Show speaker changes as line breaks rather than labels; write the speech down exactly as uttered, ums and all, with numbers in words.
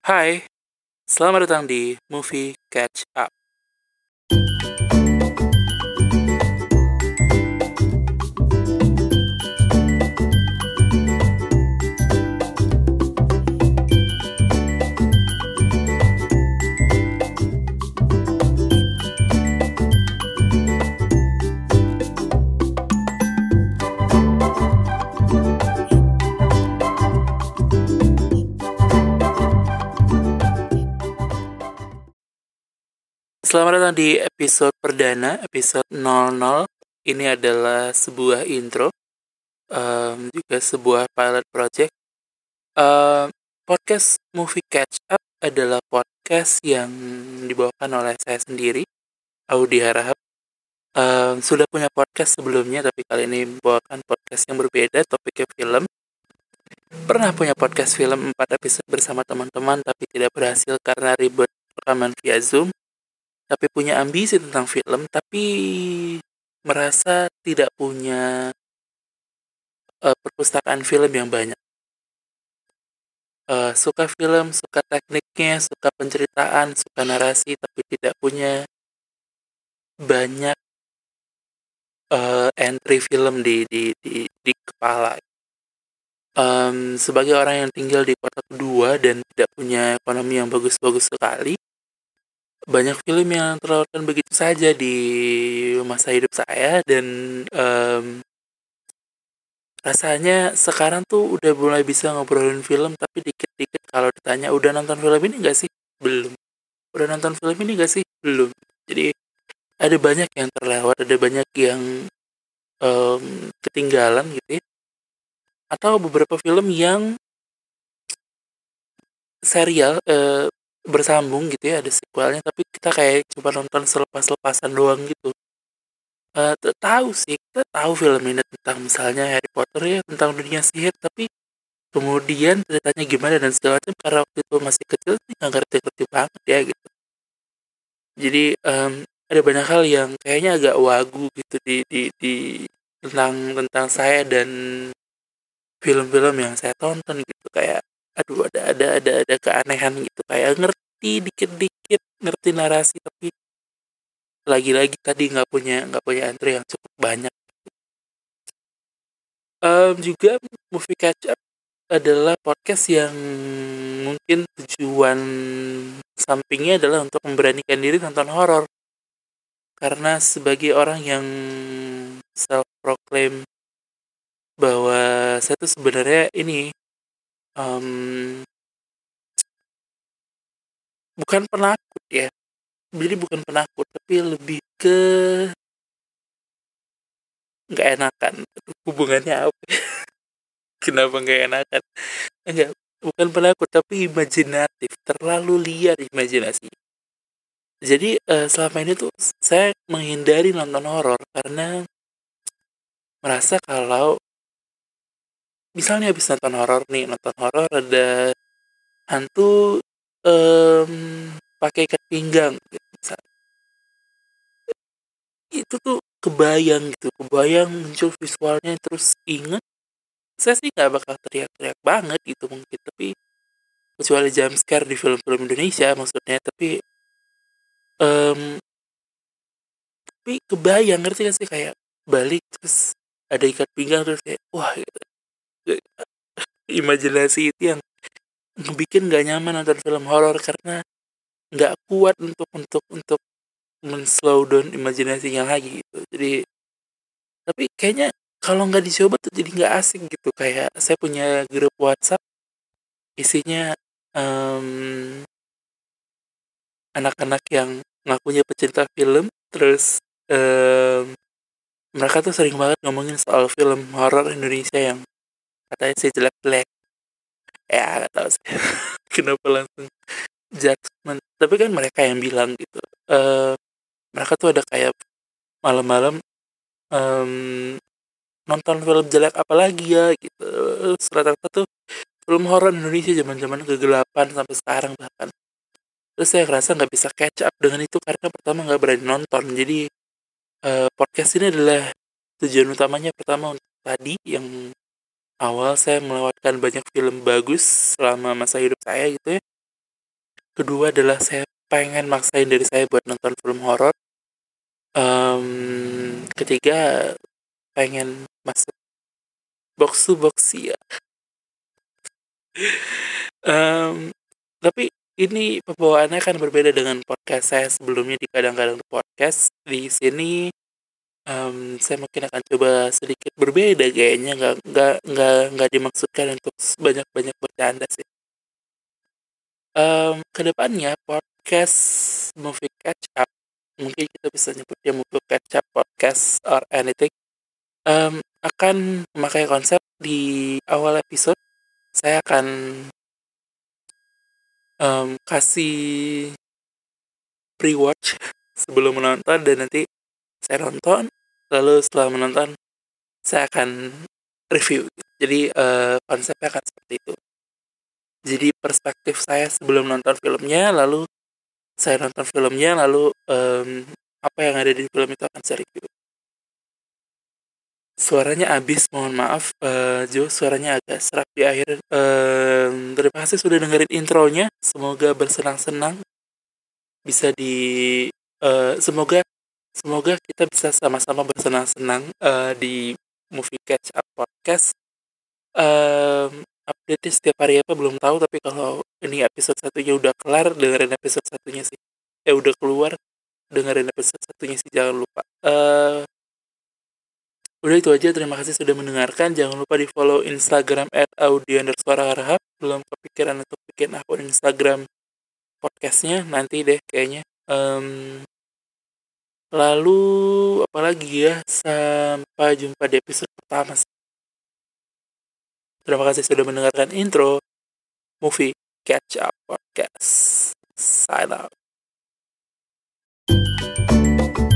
Hai, selamat datang di Movie Catch Up. Selamat datang di episode perdana, episode nol nol. Ini adalah sebuah intro, um, juga sebuah pilot project. Um, podcast Movie Catch Up adalah podcast yang dibawakan oleh saya sendiri, Audi Harahap. Um, sudah punya podcast sebelumnya, tapi kali ini membawakan podcast yang berbeda, topiknya film. Pernah punya podcast film empat episode bersama teman-teman, tapi tidak berhasil karena ribet rekaman via Zoom. Tapi punya ambisi tentang film, tapi merasa tidak punya uh, perpustakaan film yang banyak. Uh, suka film, suka tekniknya, suka penceritaan, suka narasi, tapi tidak punya banyak uh, entry film di di di, di kepala. Um, sebagai orang yang tinggal di kota kedua dan tidak punya ekonomi yang bagus-bagus sekali, banyak film yang terlewatkan begitu saja di masa hidup saya dan um, rasanya sekarang tuh udah mulai bisa ngobrolin film, tapi dikit-dikit kalau ditanya udah nonton film ini gak sih? Belum. Udah nonton film ini gak sih? Belum. Jadi ada banyak yang terlewat, ada banyak yang um, ketinggalan gitu ya. Atau beberapa film yang serial uh, bersambung gitu ya, ada sequelnya, tapi kita kayak cuma nonton selepas-lepasan doang gitu. Uh, tahu sih, kita tahu film ini tentang misalnya Harry Potter ya, tentang dunia sihir, tapi kemudian ceritanya gimana dan segala macam karena waktu itu masih kecil sih nggak ngerti-ngerti banget ya gitu. Jadi um, ada banyak hal yang kayaknya agak wagu gitu di di di tentang tentang saya dan film-film yang saya tonton gitu, kayak aduh ada ada ada ada keanehan gitu, kayak ngerti dikit-dikit, ngerti narasi, tapi lagi-lagi tadi nggak punya nggak punya entry yang cukup banyak. Um, juga Movie Catch Up adalah podcast yang mungkin tujuan sampingnya adalah untuk memberanikan diri nonton horor. Karena sebagai orang yang self-proclaim bahwa saya tuh sebenarnya ini um, bukan penakut ya. Jadi bukan penakut, tapi lebih ke nggak enakan. Hubungannya apa? Kenapa nggak enakan? Enggak, bukan penakut, tapi imajinatif. Terlalu liar imajinasi. Jadi uh, selama ini tuh saya menghindari nonton horor karena merasa kalau misalnya habis nonton horor nih, nonton horor ada hantu um, pakai ikat pinggang gitu, misalnya. Itu tuh kebayang gitu, kebayang muncul visualnya, terus inget saya sih nggak bakal teriak-teriak banget gitu mungkin, tapi kecuali jump scare di film-film Indonesia maksudnya, tapi um, tapi kebayang, ngerti gak sih, kayak balik terus ada ikat pinggang terus kayak wah gitu. Imajinasi itu yang ngebikin gak nyaman nonton film horor karena nggak kuat untuk untuk untuk men-slow down imajinasinya lagi gitu. Jadi tapi kayaknya kalau nggak dicoba tuh jadi nggak asik gitu. Kayak saya punya grup WhatsApp isinya um, anak-anak yang ngakunya pecinta film, terus um, mereka tuh sering banget ngomongin soal film horor Indonesia yang katanya sih jelek-jelek. Ya nggak tahu sih kenapa langsung judgment, tapi kan mereka yang bilang gitu. Uh, mereka tuh ada kayak malam-malam um, nonton film jelek apa lagi ya gitu. Rata-rata tuh film horor Indonesia zaman-zaman kegelapan sampai sekarang bahkan. Terus saya ngerasa nggak bisa catch up dengan itu karena pertama nggak berani nonton. Jadi uh, podcast ini adalah tujuan utamanya pertama untuk tadi yang awal saya melewatkan banyak film bagus selama masa hidup saya gitu ya. kedua adalah saya pengen maksain diri saya buat nonton film horor. Um, ketiga, pengen masuk box to box ya. um, tapi ini pembawaannya kan berbeda dengan podcast saya sebelumnya di kadang-kadang podcast. Di sini um, saya mungkin akan coba sedikit berbeda kayaknya, nggak nggak nggak nggak dimaksudkan untuk banyak-banyak bercanda sih. Um, kedepannya podcast movie catch up, mungkin kita bisa nyebutnya movie catch up podcast or anything, um, akan memakai konsep di awal episode saya akan um, kasih pre-watch sebelum menonton, dan nanti saya nonton, lalu setelah menonton saya akan review. Jadi uh, konsepnya akan seperti itu. Jadi perspektif saya sebelum nonton filmnya, lalu saya nonton filmnya, lalu um, apa yang ada di film itu akan saya review. Suaranya habis, mohon maaf uh, Jo, suaranya agak serak di akhir. Um, terima kasih sudah dengerin intronya. Semoga bersenang-senang. Bisa di uh, semoga semoga kita bisa sama-sama bersenang-senang uh, di Movie Catch Up Podcast. Um, update setiap hari apa belum tahu, tapi kalau ini episode satunya udah kelar, dengerin episode satunya sih. Eh udah keluar, dengerin episode satunya sih, jangan lupa. Uh, udah itu aja, terima kasih sudah mendengarkan. Jangan lupa di follow Instagram at audio underscore harahap. Belum kepikiran untuk bikin akun Instagram podcastnya, nanti deh kayaknya. Um, lalu apalagi ya, sampai jumpa di episode pertama. Terima kasih sudah mendengarkan intro Movie Catch Up Podcast. Sign out.